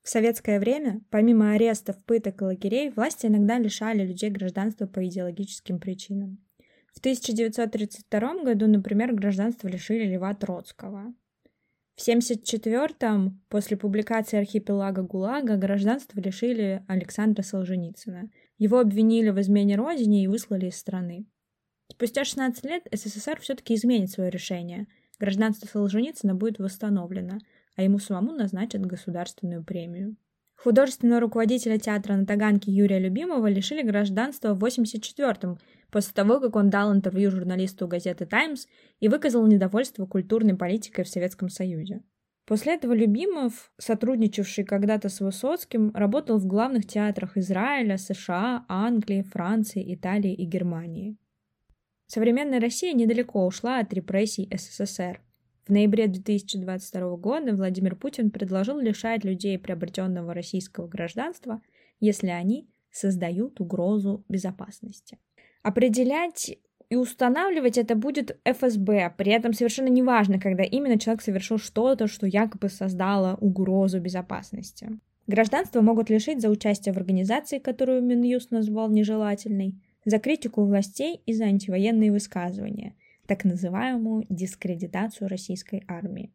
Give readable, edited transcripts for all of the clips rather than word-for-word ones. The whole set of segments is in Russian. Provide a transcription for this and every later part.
В советское время, помимо арестов, пыток и лагерей, власти иногда лишали людей гражданства по идеологическим причинам. В 1932 году, например, гражданства лишили Льва Троцкого. В 1974-м, после публикации «Архипелага ГУЛАГа», гражданства лишили Александра Солженицына. Его обвинили в измене родине и выслали из страны. Спустя 16 лет СССР все-таки изменит свое решение. Гражданство Солженицына будет восстановлено, а ему самому назначат государственную премию. Художественного руководителя театра на Таганке Юрия Любимова лишили гражданства в 1984-м, после того, как он дал интервью журналисту газеты «Таймс» и выказал недовольство культурной политикой в Советском Союзе. После этого Любимов, сотрудничавший когда-то с Высоцким, работал в главных театрах Израиля, США, Англии, Франции, Италии и Германии. Современная Россия недалеко ушла от репрессий СССР. В ноябре 2022 года Владимир Путин предложил лишать людей приобретенного российского гражданства, если они создают угрозу безопасности. Определять и устанавливать это будет ФСБ, при этом совершенно неважно, когда именно человек совершил что-то, что якобы создало угрозу безопасности. Гражданство могут лишить за участие в организации, которую Минюст назвал нежелательной, за критику властей и за антивоенные высказывания, так называемую дискредитацию российской армии.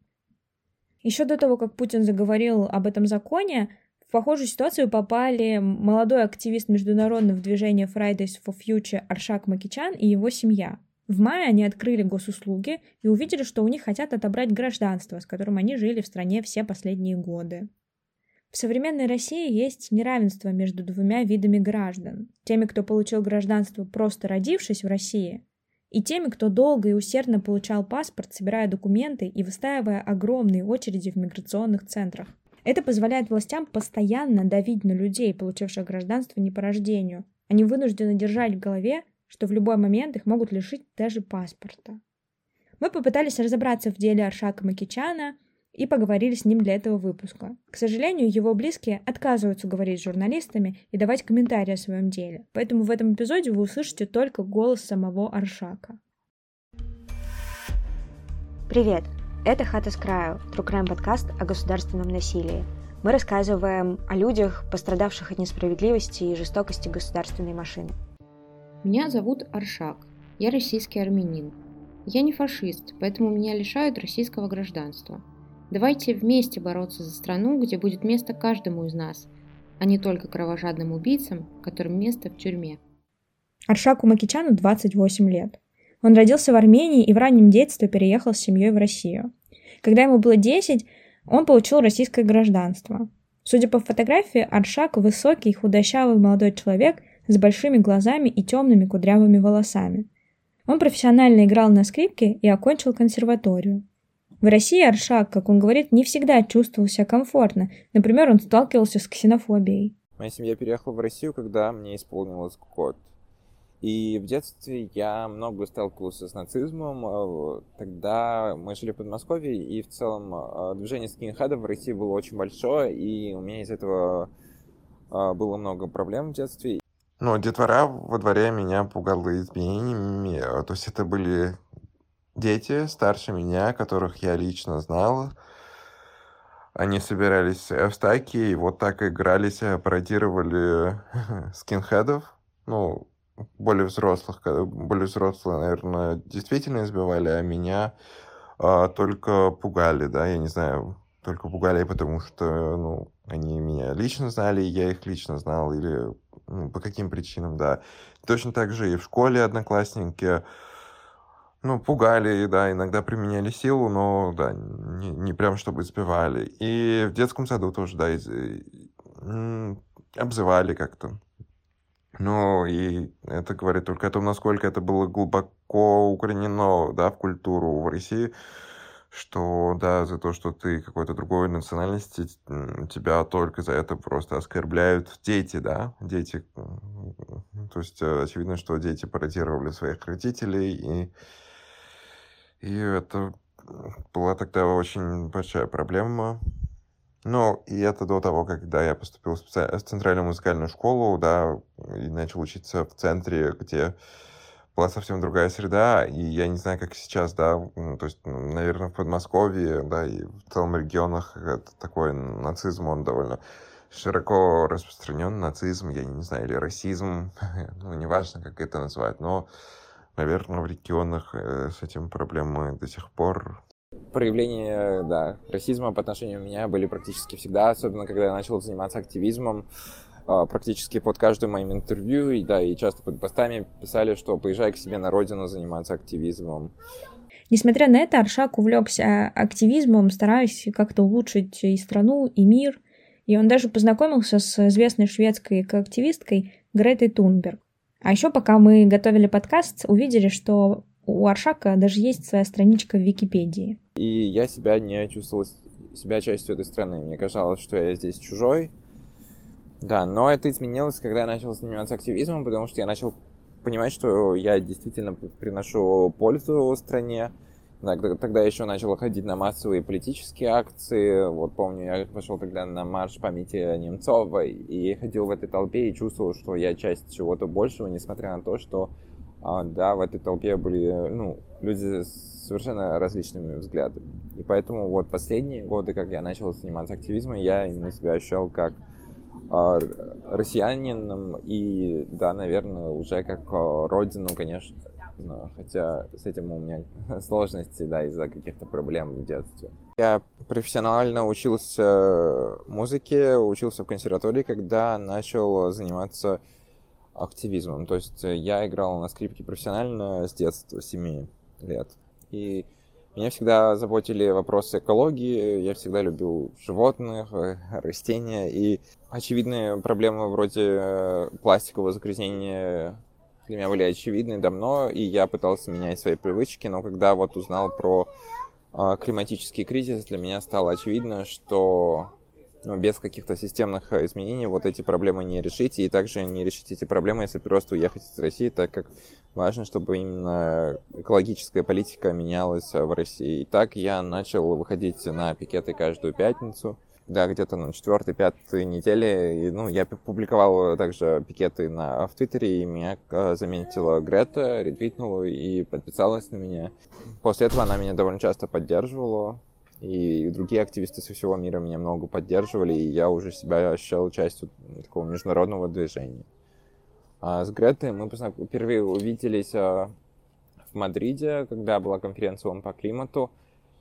Еще до того, как Путин заговорил об этом законе, в похожую ситуацию попали молодой активист международного движения Fridays for Future Аршак Макичан и его семья. В мае они открыли госуслуги и увидели, что у них хотят отобрать гражданство, с которым они жили в стране все последние годы. В современной России есть неравенство между двумя видами граждан. Теми, кто получил гражданство, просто родившись в России, и теми, кто долго и усердно получал паспорт, собирая документы и выстаивая огромные очереди в миграционных центрах. Это позволяет властям постоянно давить на людей, получивших гражданство не по рождению. Они вынуждены держать в голове, что в любой момент их могут лишить даже паспорта. Мы попытались разобраться в деле Аршака Макичана и поговорили с ним для этого выпуска. К сожалению, его близкие отказываются говорить с журналистами и давать комментарии о своем деле, поэтому в этом эпизоде вы услышите только голос самого Аршака. Привет! Это «Хата с краю» – True Crime подкаст о государственном насилии. Мы рассказываем о людях, пострадавших от несправедливости и жестокости государственной машины. Меня зовут Аршак. Я российский армянин. Я не фашист, поэтому меня лишают российского гражданства. Давайте вместе бороться за страну, где будет место каждому из нас, а не только кровожадным убийцам, которым место в тюрьме. Аршаку Макичану 28 лет. Он родился в Армении и в раннем детстве переехал с семьей в Россию. Когда ему было 10, он получил российское гражданство. Судя по фотографии, Аршак – высокий, худощавый молодой человек с большими глазами и темными кудрявыми волосами. Он профессионально играл на скрипке и окончил консерваторию. В России Аршак, как он говорит, не всегда чувствовал себя комфортно. Например, он сталкивался с ксенофобией. Моя семья переехала в Россию, когда мне исполнилось год. И в детстве я много сталкивался с нацизмом. Тогда мы жили в Подмосковье, и в целом движение скинхедов в России было очень большое, и у меня из этого было много проблем в детстве. Но детвора во дворе меня пугала изменениями. То есть это были дети старше меня, которых я лично знал. Они собирались в стайки и вот так игрались, пародировали скинхедов. Более взрослые, наверное, действительно избивали, а меня только пугали, да, я не знаю, только пугали, потому что, они меня лично знали, и я их лично знал, или по каким причинам, да. Точно так же и в школе одноклассники, пугали, да, иногда применяли силу, но, да, не прям чтобы избивали. И в детском саду тоже, да, обзывали как-то. И это говорит только о том, насколько это было глубоко укоренено, да, в культуру в России, что, да, за то, что ты какой-то другой национальности, тебя только за это просто оскорбляют дети, да, дети. То есть очевидно, что дети пародировали своих родителей, и это была тогда очень большая проблема. И это до того, когда я поступил в центральную музыкальную школу, да, и начал учиться в центре, где была совсем другая среда, и я не знаю, как сейчас, да, то есть, наверное, в Подмосковье, да, и в целом регионах это такой нацизм, он довольно широко распространен, нацизм, я не знаю, или расизм, ну, неважно, как это назвать, но, наверное, в регионах с этим проблемы до сих пор. Проявления, да, расизма по отношению к меня были практически всегда, особенно когда я начал заниматься активизмом. Практически под каждым моим интервью, и часто под постами писали, что поезжай к себе на родину заниматься активизмом. Несмотря на это, Аршак увлекся активизмом, стараясь как-то улучшить и страну, и мир. И он даже познакомился с известной шведской экоактивисткой Гретой Тунберг. А еще пока мы готовили подкаст, увидели, что у Аршака даже есть своя страничка в Википедии. И я себя не чувствовал частью этой страны. Мне казалось, что я здесь чужой. Да, но это изменилось, когда я начал заниматься активизмом, потому что я начал понимать, что я действительно приношу пользу стране. Тогда еще начал ходить на массовые политические акции. Вот помню, я пошел тогда на марш памяти Немцова и ходил в этой толпе и чувствовал, что я часть чего-то большего, несмотря на то, что да, в этой толпе были люди с совершенно различными взглядами. И поэтому вот последние годы, как я начал заниматься активизмом, я именно себя ощущал как россиянином и, да, наверное, уже как родину, конечно. Но, хотя с этим у меня сложности, да, из-за каких-то проблем в детстве. Я профессионально учился музыке, учился в консерватории, когда начал заниматься активизмом. То есть я играл на скрипке профессионально с детства, 7 лет. И меня всегда заботили вопросы экологии, я всегда любил животных, растения, и очевидные проблемы вроде пластикового загрязнения для меня были очевидны давно, и я пытался менять свои привычки, но когда вот узнал про климатический кризис, для меня стало очевидно, что без каких-то системных изменений вот эти проблемы не решить, и также не решить эти проблемы, если просто уехать из России, так как важно, чтобы именно экологическая политика менялась в России. И так я начал выходить на пикеты каждую пятницу, да, где-то на 4-5 неделе. И, я публиковал также пикеты в Твиттере, и меня заметила Грета, ретвитнула и подписалась на меня. После этого она меня довольно часто поддерживала. И другие активисты со всего мира меня много поддерживали, и я уже себя ощущал частью такого международного движения. А с Гретой мы впервые увиделись в Мадриде, когда была конференция ООН по климату,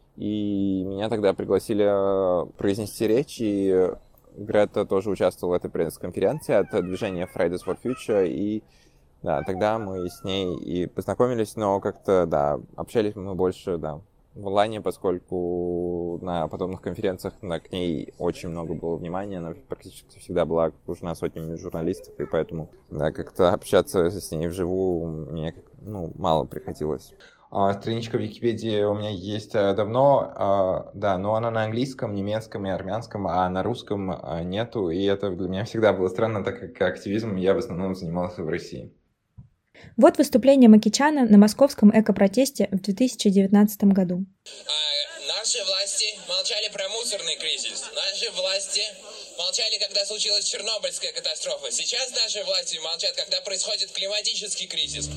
и меня тогда пригласили произнести речь, и Грета тоже участвовала в этой пресс-конференции от движения Fridays for Future, и да, тогда мы с ней и познакомились, но как-то, да, общались мы больше, да, в онлайне, поскольку на подобных конференциях к ней очень много было внимания, она практически всегда была окружена сотнями журналистов, и поэтому, да, как-то общаться с ней вживую мне, мало приходилось. Страничка в Википедии у меня есть давно, да, но она на английском, немецком и армянском, а на русском нету, и это для меня всегда было странно, так как активизмом я в основном занимался в России. Вот выступление Макичана на московском экопротесте в 2019 году. Наши власти молчали про мусорный кризис. Наши власти молчали, когда случилась Чернобыльская катастрофа. Сейчас наши власти молчат, когда происходит климатический кризис.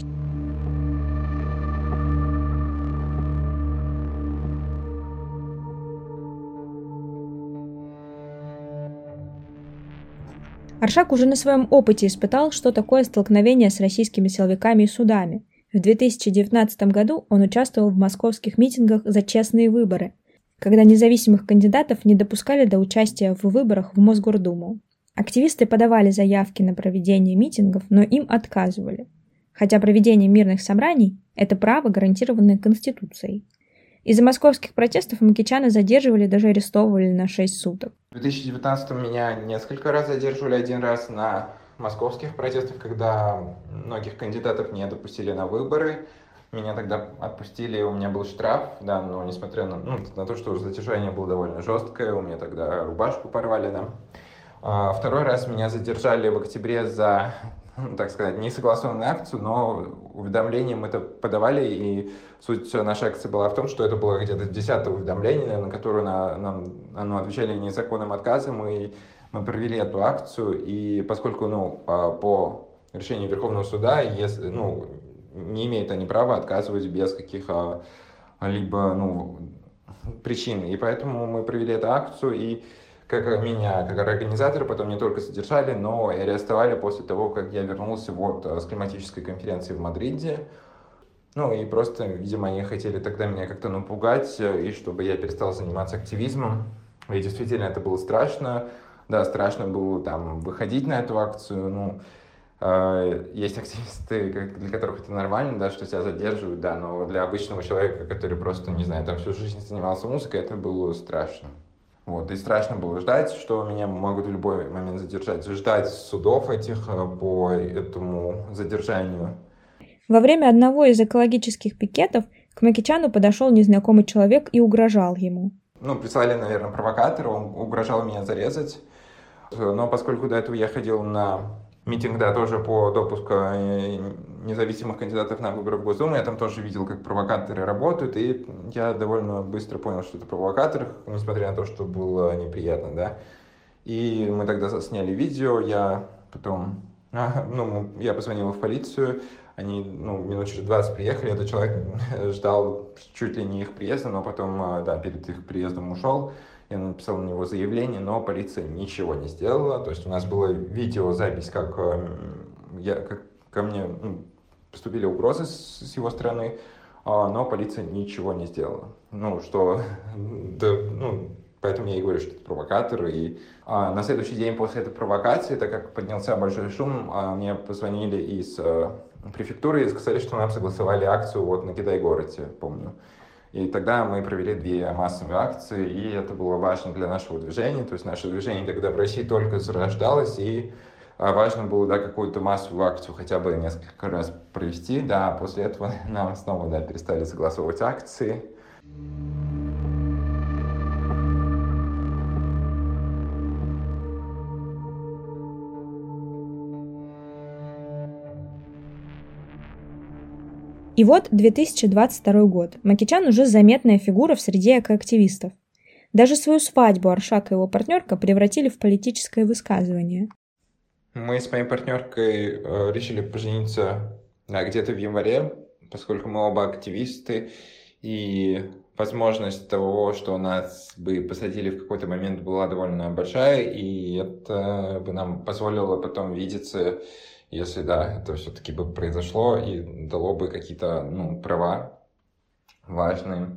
Аршак уже на своем опыте испытал, что такое столкновение с российскими силовиками и судами. В 2019 году он участвовал в московских митингах за честные выборы, когда независимых кандидатов не допускали до участия в выборах в Мосгордуму. Активисты подавали заявки на проведение митингов, но им отказывали. Хотя проведение мирных собраний – это право, гарантированное Конституцией. Из-за московских протестов Макичана задерживали, даже арестовывали на 6 суток. В 2019-м меня несколько раз задерживали, один раз на московских протестах, когда многих кандидатов не допустили на выборы. Меня тогда отпустили, у меня был штраф, да, но несмотря на то, что задержание было довольно жесткое, у меня тогда рубашку порвали, да. Второй раз меня задержали в октябре за, так сказать, несогласованную акцию, но уведомление мы это подавали, и суть нашей акции была в том, что это было где-то 10-е уведомление, на которое нам отвечали незаконным отказом, и мы провели эту акцию, и поскольку, по решению Верховного суда, если, не имеют они права отказывать без каких-либо причин. И поэтому мы провели эту акцию, и меня, как организатора, потом не только задержали, но и арестовали после того, как я вернулся с климатической конференции в Мадриде. И просто, видимо, они хотели тогда меня как-то напугать, и чтобы я перестал заниматься активизмом. И действительно, это было страшно. Да, страшно было там выходить на эту акцию. Есть активисты, для которых это нормально, да, что тебя задерживают, да, но для обычного человека, который просто, не знаю, там всю жизнь занимался музыкой, это было страшно. И страшно было ждать, что меня могут в любой момент задержать, ждать судов этих по этому задержанию. Во время одного из экологических пикетов к Макичану подошел незнакомый человек и угрожал ему. Прислали, наверное, провокатора, он угрожал меня зарезать. Но поскольку до этого я ходил на митинг, да, тоже по допуску независимых кандидатов на выборы в Госдуму, я там тоже видел, как провокаторы работают, и я довольно быстро понял, что это провокатор, несмотря на то, что было неприятно, да. И мы тогда сняли видео, я позвонил в полицию, они, минут через 20 приехали, этот человек ждал чуть ли не их приезда, но потом, перед их приездом ушел. Я написал на него заявление, но полиция ничего не сделала. То есть у нас была видеозапись, как ко мне поступили угрозы с его стороны, но полиция ничего не сделала. Поэтому я и говорю, что это провокатор. И на следующий день после этой провокации, так как поднялся большой шум, мне позвонили из префектуры и сказали, что нам согласовали акцию на Китай-городе, помню. И тогда мы провели 2 массовые акции, и это было важно для нашего движения. То есть наше движение тогда в России только зарождалось, и важно было, какую-то массовую акцию хотя бы несколько раз провести. Да, после этого нам снова, перестали согласовывать акции. И вот 2022 год. Макичан уже заметная фигура в среде экоактивистов. Даже свою свадьбу Аршак и его партнерка превратили в политическое высказывание. Мы с моей партнеркой решили пожениться где-то в январе, поскольку мы оба активисты, и возможность того, что нас бы посадили в какой-то момент, была довольно большая, и это бы нам позволило потом видеться, если это все-таки бы произошло и дало бы какие-то права важные.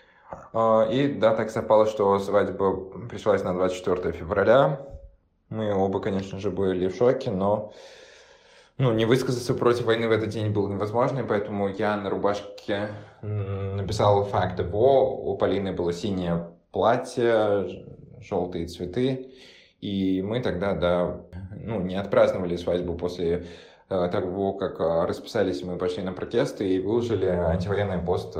И так совпало, что свадьба пришлась на 24 февраля. Мы оба, конечно же, были в шоке, но не высказаться против войны в этот день было невозможно, и поэтому я на рубашке написал «Fact of War». У Полины было синее платье, желтые цветы. И мы тогда, не отпраздновали свадьбу после того, как расписались, мы пошли на протесты и выложили антивоенный пост,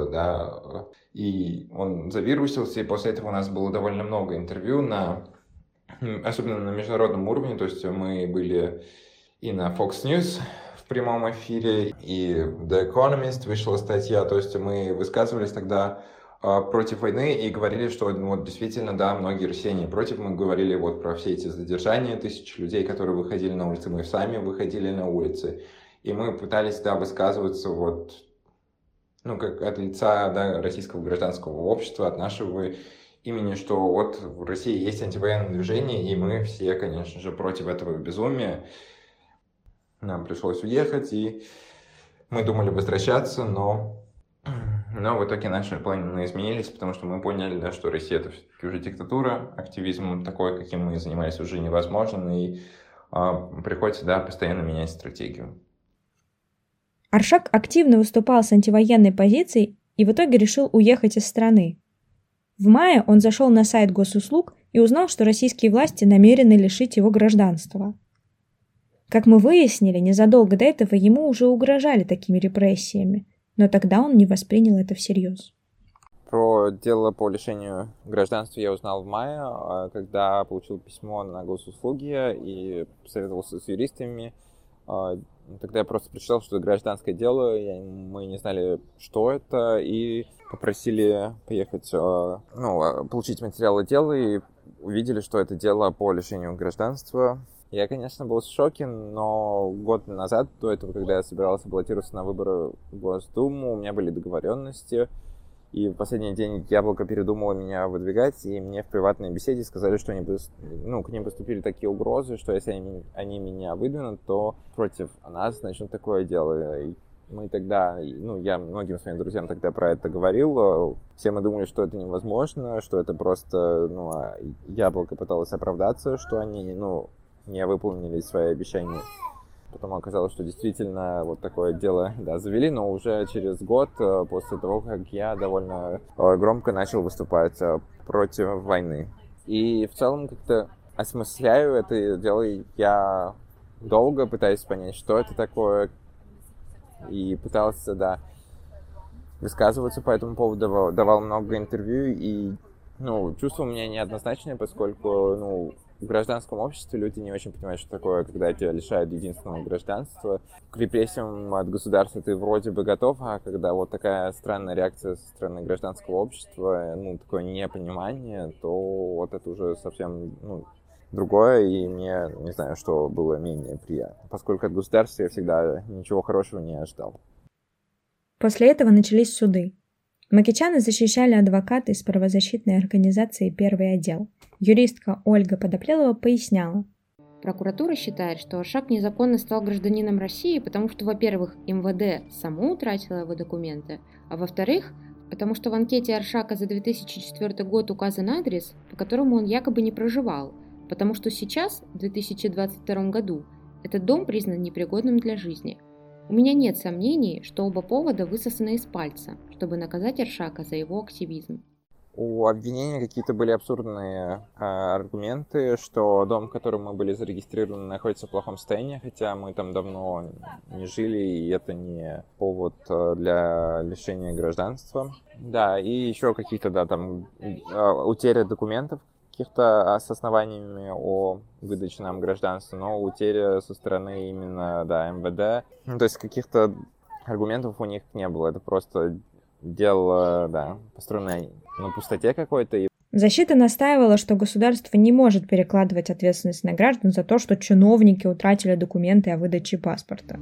и он завирусился, и после этого у нас было довольно много интервью, особенно на международном уровне, то есть мы были и на Fox News в прямом эфире, и в The Economist вышла статья, то есть мы высказывались тогда против войны и говорили, что действительно, многие россияне против. Мы говорили про все эти задержания тысяч людей, которые выходили на улицы. Мы сами выходили на улицы. И мы пытались, высказываться как от лица российского гражданского общества, от нашего имени, что в России есть антивоенное движение, и мы все, конечно же, против этого безумия. Нам пришлось уехать, и мы думали возвращаться, но в итоге наши планы изменились, потому что мы поняли, что Россия — это все-таки уже диктатура, активизм такой, каким мы занимались, уже невозможен, и приходится, постоянно менять стратегию. Аршак активно выступал с антивоенной позицией и в итоге решил уехать из страны. В мае он зашел на сайт госуслуг и узнал, что российские власти намерены лишить его гражданства. Как мы выяснили, незадолго до этого ему уже угрожали такими репрессиями, но тогда он не воспринял это всерьез. Про дело по лишению гражданства я узнал в мае, когда получил письмо на госуслуги и посоветовался с юристами. Тогда я просто прочитал, что это гражданское дело, мы не знали, что это, и попросили поехать, получить материалы дела, и увидели, что это дело по лишению гражданства. Я, конечно, был в шоке, но год назад, до этого, когда я собирался баллотироваться на выборы в Госдуму, у меня были договоренности, и в последний день Яблоко передумало меня выдвигать, и мне в приватной беседе сказали, что к ним поступили такие угрозы, что если они меня выдвинут, то против нас начнут такое дело. И мы тогда, я многим своим друзьям тогда про это говорил, все мы думали, что это невозможно, что это просто, Яблоко пыталось оправдаться, что они, не выполнили свои обещания. Потом оказалось, что действительно вот такое дело, завели, но уже через год, после того, как я довольно громко начал выступать против войны. И в целом как-то осмысляю это дело, я долго пытаюсь понять, что это такое, и пытался, высказываться по этому поводу, давал много интервью, и, чувства у меня неоднозначные, поскольку, в гражданском обществе люди не очень понимают, что такое, когда тебя лишают единственного гражданства. К репрессиям от государства ты вроде бы готов, а когда вот такая странная реакция со стороны гражданского общества, такое непонимание, то вот это уже совсем, другое, и мне, не знаю, что было менее приятно, поскольку от государства я всегда ничего хорошего не ожидал. После этого начались суды. Макичана защищали адвокаты из правозащитной организации «Первый отдел». Юристка Ольга Подоплелова поясняла. Прокуратура считает, что Аршак незаконно стал гражданином России, потому что, во-первых, МВД само утратило его документы, а во-вторых, потому что в анкете Аршака за 2004 год указан адрес, по которому он якобы не проживал, потому что сейчас, в 2022 году, этот дом признан непригодным для жизни. У меня нет сомнений, что оба повода высосаны из пальца, чтобы наказать Аршака за его активизм. У обвинения какие-то были абсурдные аргументы, что дом, в котором мы были зарегистрированы, находится в плохом состоянии, хотя мы там давно не жили, и это не повод для лишения гражданства. Да, и еще какие-то, утеря документов каких-то с основаниями о выдаче нам гражданства, но утеря со стороны именно, МВД. То есть каких-то аргументов у них не было, это просто дело, построенное на пустоте какой-то. Защита настаивала, что государство не может перекладывать ответственность на граждан за то, что чиновники утратили документы о выдаче паспорта.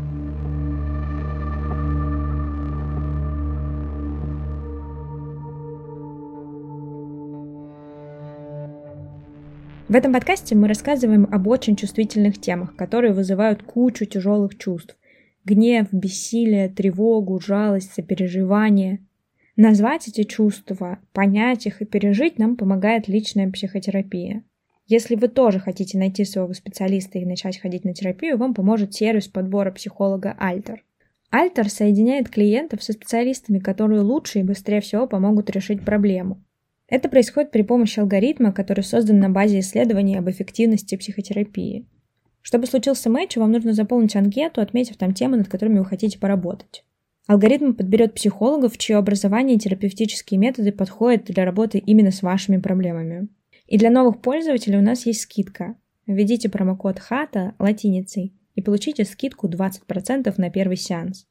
В этом подкасте мы рассказываем об очень чувствительных темах, которые вызывают кучу тяжелых чувств. Гнев, бессилие, тревогу, жалость, сопереживание. Назвать эти чувства, понять их и пережить нам помогает личная психотерапия. Если вы тоже хотите найти своего специалиста и начать ходить на терапию, вам поможет сервис подбора психолога Альтер. Альтер соединяет клиентов со специалистами, которые лучше и быстрее всего помогут решить проблему. Это происходит при помощи алгоритма, который создан на базе исследований об эффективности психотерапии. Чтобы случился матч, вам нужно заполнить анкету, отметив там темы, над которыми вы хотите поработать. Алгоритм подберет психологов, чье образование и терапевтические методы подходят для работы именно с вашими проблемами. И для новых пользователей у нас есть скидка. Введите промокод HATA латиницей и получите скидку 20% на первый сеанс.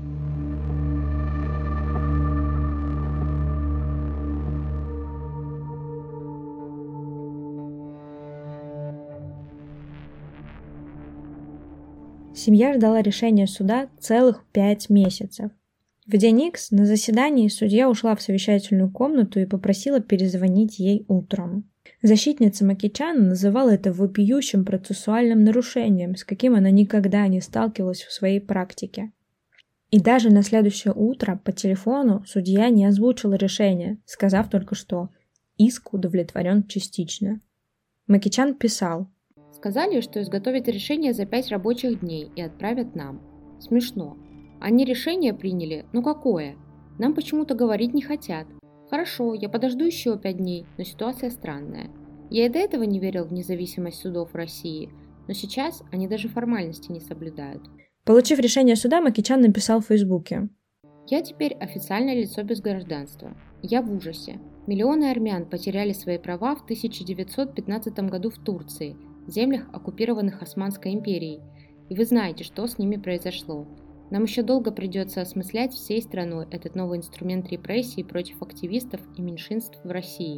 Семья ждала решения суда целых 5 месяцев. В день Икс на заседании судья ушла в совещательную комнату и попросила перезвонить ей утром. Защитница Макичана называла это вопиющим процессуальным нарушением, с каким она никогда не сталкивалась в своей практике. И даже на следующее утро по телефону судья не озвучила решение, сказав только что «иск удовлетворен частично». Макичан писал: Сказали, что изготовят решение за 5 рабочих дней и отправят нам. Смешно. Они решение приняли, какое? Нам почему-то говорить не хотят. Хорошо, я подожду еще 5 дней, но ситуация странная. Я и до этого не верил в независимость судов в России, но сейчас они даже формальности не соблюдают. Получив решение суда, Макичан написал в Фейсбуке: Я теперь официальное лицо без гражданства. Я в ужасе. Миллионы армян потеряли свои права в 1915 году в Турции, землях, оккупированных Османской империей. И вы знаете, что с ними произошло. Нам еще долго придется осмыслять всей страной этот новый инструмент репрессий против активистов и меньшинств в России.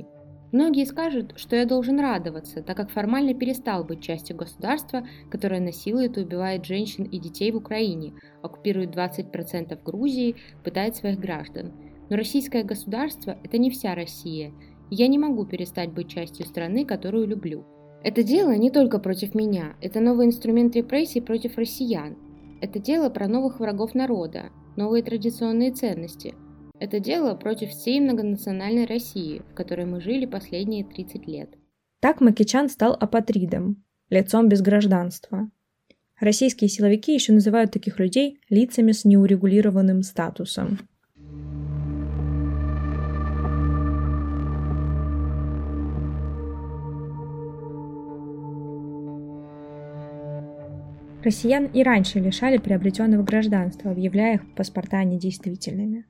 Многие скажут, что я должен радоваться, так как формально перестал быть частью государства, которое насилует и убивает женщин и детей в Украине, оккупирует 20% Грузии, пытает своих граждан. Но российское государство – это не вся Россия, и я не могу перестать быть частью страны, которую люблю. Это дело не только против меня, это новый инструмент репрессий против россиян. Это дело про новых врагов народа, новые традиционные ценности. Это дело против всей многонациональной России, в которой мы жили последние 30 лет. Так Макичан стал апатридом, лицом без гражданства. Российские силовики еще называют таких людей лицами с неурегулированным статусом. Россиян и раньше лишали приобретенного гражданства, объявляя их паспорта недействительными.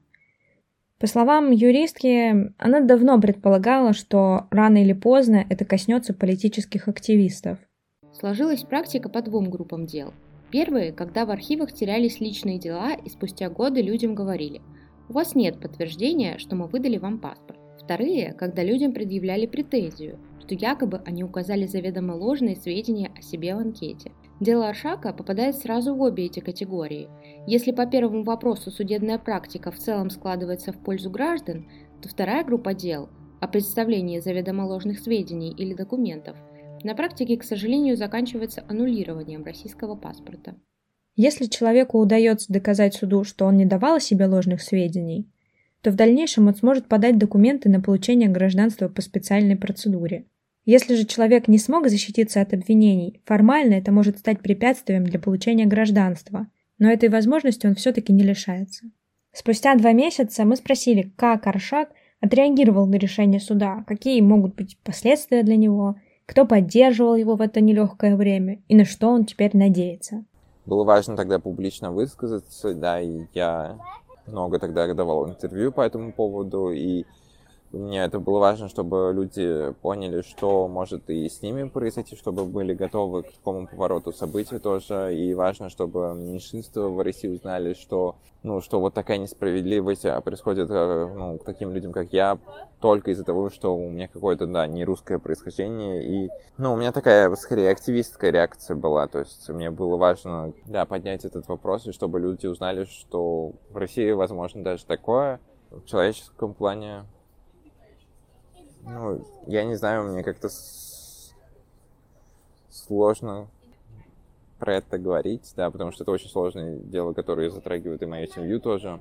По словам юристки, она давно предполагала, что рано или поздно это коснется политических активистов. Сложилась практика по двум группам дел. Первые, когда в архивах терялись личные дела, и спустя годы людям говорили: «У вас нет подтверждения, что мы выдали вам паспорт». Вторые, когда людям предъявляли претензию, что якобы они указали заведомо ложные сведения о себе в анкете. Дело Аршака попадает сразу в обе эти категории. Если по первому вопросу судебная практика в целом складывается в пользу граждан, то вторая группа дел о представлении заведомо ложных сведений или документов на практике, к сожалению, заканчивается аннулированием российского паспорта. Если человеку удается доказать суду, что он не давал о себе ложных сведений, то в дальнейшем он сможет подать документы на получение гражданства по специальной процедуре. Если же человек не смог защититься от обвинений, формально это может стать препятствием для получения гражданства, но этой возможности он все-таки не лишается. Спустя 2 месяца мы спросили, как Аршак отреагировал на решение суда, какие могут быть последствия для него, кто поддерживал его в это нелегкое время и на что он теперь надеется. Было важно тогда публично высказаться, да, и я много тогда давал интервью по этому поводу, и мне это было важно, чтобы люди поняли, что может и с ними произойти, чтобы были готовы к такому повороту событий тоже. И важно, чтобы меньшинства в России узнали, что вот такая несправедливость происходит к таким людям, как я, только из-за того, что у меня какое-то, не русское происхождение. И, у меня такая, скорее, активистская реакция была. То есть мне было важно, поднять этот вопрос, и чтобы люди узнали, что в России возможно даже такое в человеческом плане. Я не знаю, мне как-то сложно про это говорить, потому что это очень сложное дело, которое затрагивает и мою семью тоже.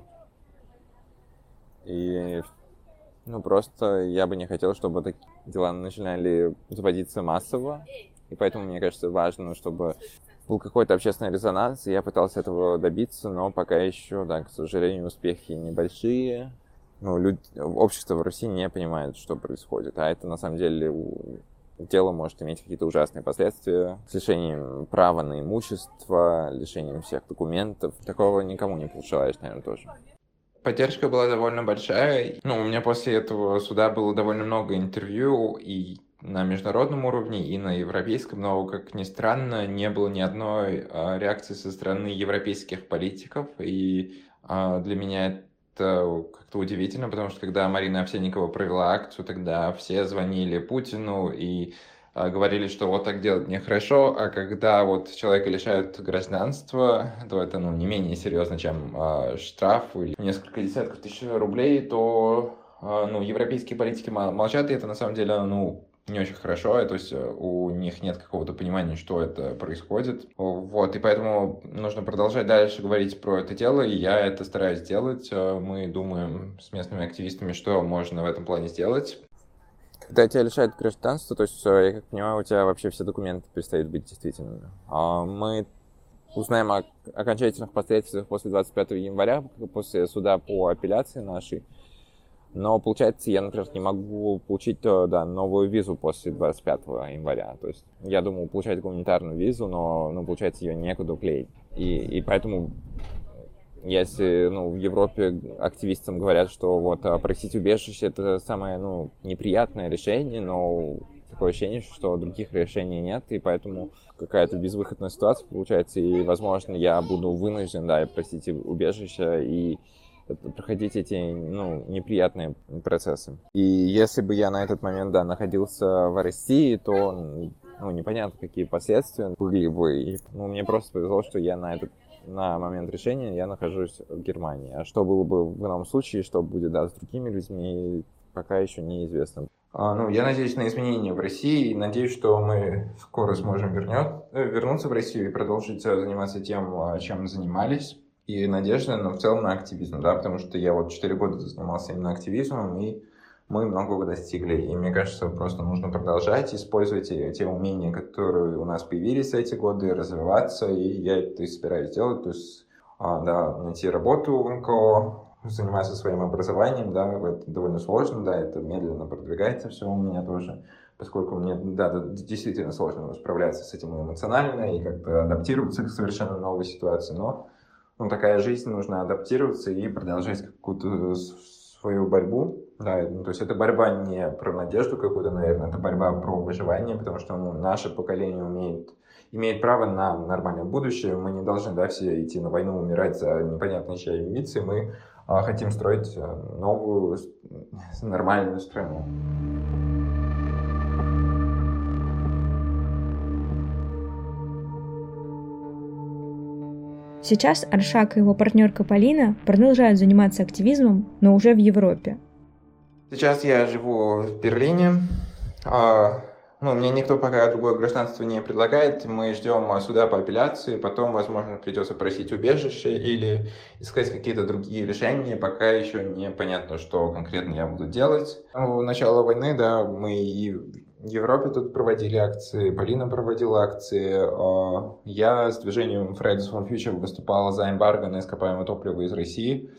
И, просто я бы не хотел, чтобы такие дела начинали заводиться массово. И поэтому, мне кажется, важно, чтобы был какой-то общественный резонанс, и я пытался этого добиться, но пока еще, к сожалению, успехи небольшие. Общество в России не понимает, что происходит, а это на самом деле дело может иметь какие-то ужасные последствия с лишением права на имущество, лишением всех документов. Такого никому не пожелаешь, наверное, тоже. Поддержка была довольно большая. У меня после этого суда было довольно много интервью и на международном уровне, и на европейском, но, как ни странно, не было ни одной реакции со стороны европейских политиков, и для меня это как-то удивительно, потому что когда Марина Овсянникова провела акцию, тогда все звонили Путину и говорили, что вот так делать нехорошо, а когда человека лишают гражданства, то это не менее серьезно, чем штраф или несколько десятков тысяч рублей, то европейские политики молчат, и это на самом деле не очень хорошо, то есть у них нет какого-то понимания, что это происходит. И поэтому нужно продолжать дальше говорить про это дело, и я это стараюсь делать. Мы думаем с местными активистами, что можно в этом плане сделать. Когда тебя лишают гражданства, то есть, я как понимаю, у тебя вообще все документы перестают быть действительными. Мы узнаем о окончательных последствиях после 25 января, после суда по апелляции нашей. Но, получается, я, например, не могу получить новую визу после 25 января. То есть я думал получать гуманитарную визу, но получается, ее некуда клеить. И поэтому, если в Европе активистам говорят, что просить убежище — это самое неприятное решение, но такое ощущение, что других решений нет, и поэтому какая-то безвыходная ситуация получается, и, возможно, я буду вынужден просить убежище, и проходить эти, неприятные процессы. И если бы я на этот момент, находился в России, то, непонятно, какие последствия были бы. И, мне просто повезло, что я на момент решения я нахожусь в Германии. А что было бы в ином случае, что будет, с другими людьми, пока еще неизвестно. Я надеюсь на изменения в России и надеюсь, что мы скоро сможем вернуться в Россию и продолжить заниматься тем, чем занимались. И надежда, в целом на активизм, потому что я 4 года занимался именно активизмом, и мы многого достигли. И мне кажется, просто нужно продолжать использовать те умения, которые у нас появились за эти годы, развиваться, и я это и собираюсь делать, то есть, найти работу в НКО, заниматься своим образованием, это довольно сложно, это медленно продвигается все у меня тоже, поскольку мне, действительно сложно справляться с этим эмоционально и как-то адаптироваться к совершенно новой ситуации, но такая жизнь, нужно адаптироваться и продолжать какую-то свою борьбу, то есть это борьба не про надежду какую-то, наверное, это борьба про выживание, потому что наше поколение имеет право на нормальное будущее, мы не должны, все идти на войну, умирать за непонятно чьи амбиции, мы хотим строить новую, нормальную страну. Сейчас Аршак и его партнерка Полина продолжают заниматься активизмом, но уже в Европе. Сейчас я живу в Берлине. Мне никто пока другое гражданство не предлагает. Мы ждем суда по апелляции, потом, возможно, придется просить убежище или искать какие-то другие решения. Пока еще не понятно, что конкретно я буду делать. В начало войны, мы и в Европе тут проводили акции, Полина проводила акции. Я с движением Fridays for Future выступала за эмбарго на ископаемое топливо из России,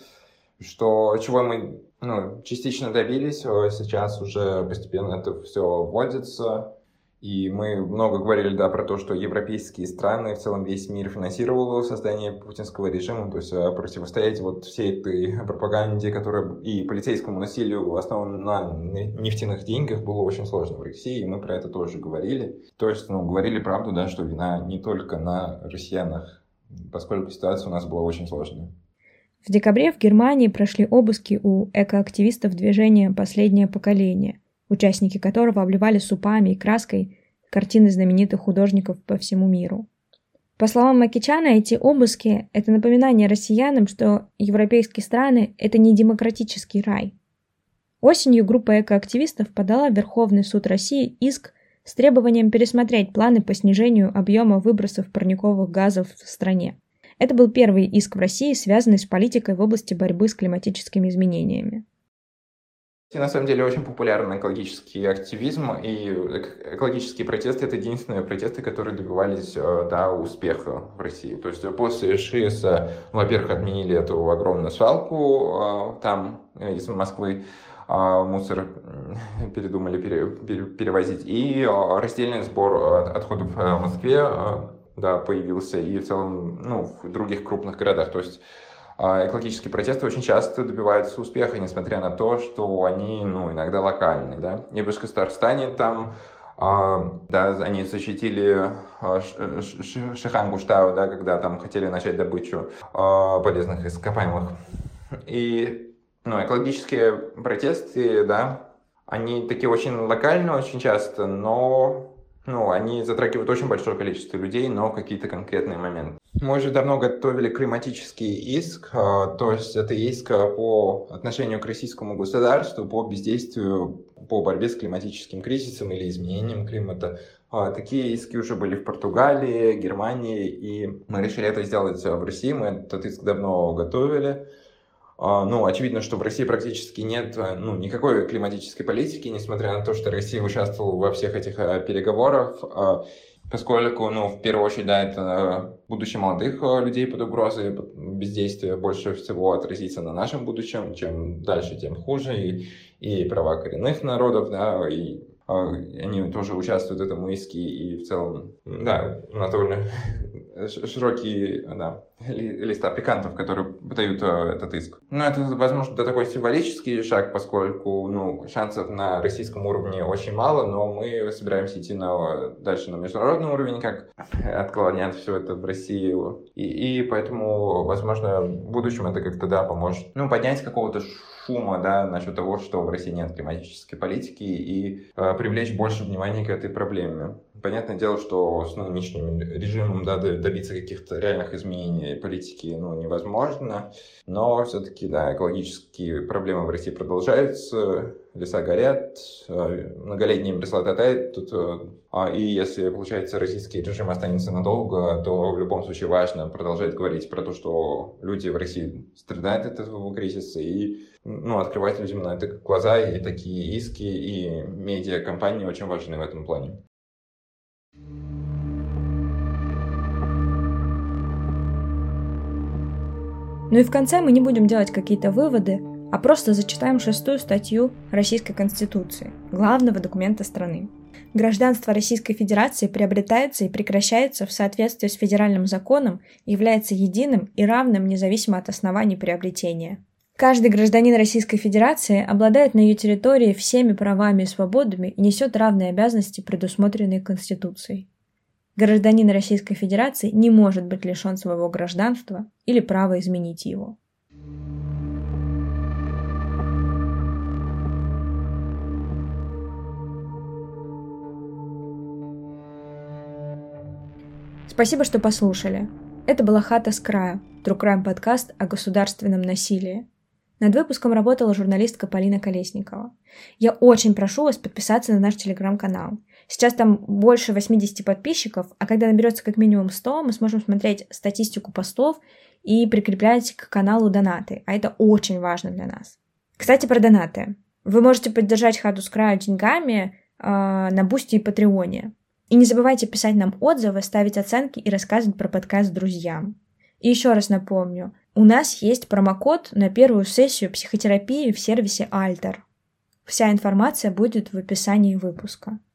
чего мы частично добились, сейчас уже постепенно это все вводится, и мы много говорили, про то, что европейские страны, в целом весь мир финансировал создание путинского режима, то есть противостоять всей этой пропаганде, которая и полицейскому насилию, основанному на нефтяных деньгах, было очень сложно в России, и мы про это тоже говорили. То есть, говорили правду, что вина не только на россиянах, поскольку ситуация у нас была очень сложная. В декабре в Германии прошли обыски у экоактивистов движения «Последнее поколение», участники которого обливали супами и краской картины знаменитых художников по всему миру. По словам Макичана, эти обыски – это напоминание россиянам, что европейские страны – это не демократический рай. Осенью группа экоактивистов подала в Верховный суд России иск с требованием пересмотреть планы по снижению объема выбросов парниковых газов в стране. Это был первый иск в России, связанный с политикой в области борьбы с климатическими изменениями. На самом деле очень популярен экологический активизм, и экологические протесты – это единственные протесты, которые добивались успеха в России. То есть после ШИС, во-первых, отменили эту огромную свалку там из Москвы, мусор передумали перевозить, и раздельный сбор отходов в Москве появился, и в целом в других крупных городах. То есть экологические протесты очень часто добиваются успеха, несмотря на то, что они иногда локальные. И в Башкортостане там они защитили Шихан-Гуштау, когда там хотели начать добычу полезных ископаемых. И экологические протесты, они такие очень локальные очень часто, но они затрагивают очень большое количество людей, но какие-то конкретные моменты. Мы уже давно готовили климатический иск, то есть это иск по отношению к российскому государству, по бездействию, по борьбе с климатическим кризисом или изменением климата. Такие иски уже были в Португалии, Германии, и мы решили это сделать в России, мы этот иск давно готовили. Очевидно, что в России практически нет никакой климатической политики, несмотря на то, что Россия участвовала во всех этих переговорах, поскольку, в первую очередь, это будущее молодых людей под угрозой, бездействие больше всего отразится на нашем будущем, чем дальше, тем хуже, и права коренных народов, и они тоже участвуют в этом иске, и в целом, у нас довольно широкий лист аппликантов, которые подают этот иск. Но это, возможно, такой символический шаг, поскольку шансов на российском уровне очень мало, но мы собираемся идти дальше на международный уровень, как отклонять все это в России. И поэтому, возможно, в будущем это как-то поможет поднять какого-то шума насчет того, что в России нет климатической политики, и привлечь больше внимания к этой проблеме. Понятное дело, что с нынешним режимом добиться каких-то реальных изменений политики невозможно, но все-таки экологические проблемы в России продолжаются, леса горят, многолетняя мерзлота тает тут, и если, получается, российский режим останется надолго, то в любом случае важно продолжать говорить про то, что люди в России страдают от этого кризиса, и открывать людям на это глаза, и такие иски, и медиакомпании очень важны в этом плане. Ну и в конце мы не будем делать какие-то выводы, а просто зачитаем 6-ю статью Российской Конституции, главного документа страны. Гражданство Российской Федерации приобретается и прекращается в соответствии с федеральным законом и является единым и равным независимо от оснований приобретения. Каждый гражданин Российской Федерации обладает на ее территории всеми правами и свободами и несет равные обязанности, предусмотренные Конституцией. Гражданин Российской Федерации не может быть лишен своего гражданства или права изменить его. Спасибо, что послушали. Это была «Хата с краю», True Crime подкаст о государственном насилии. Над выпуском работала журналистка Полина Колесникова. Я очень прошу вас подписаться на наш телеграм-канал. Сейчас там больше 80 подписчиков, а когда наберется как минимум 100, мы сможем смотреть статистику постов и прикреплять к каналу донаты, а это очень важно для нас. Кстати, про донаты. Вы можете поддержать «Хату с краю» деньгами на Бусти и Патреоне. И не забывайте писать нам отзывы, ставить оценки и рассказывать про подкаст друзьям. И еще раз напомню, у нас есть промокод на первую сессию психотерапии в сервисе Alter. Вся информация будет в описании выпуска.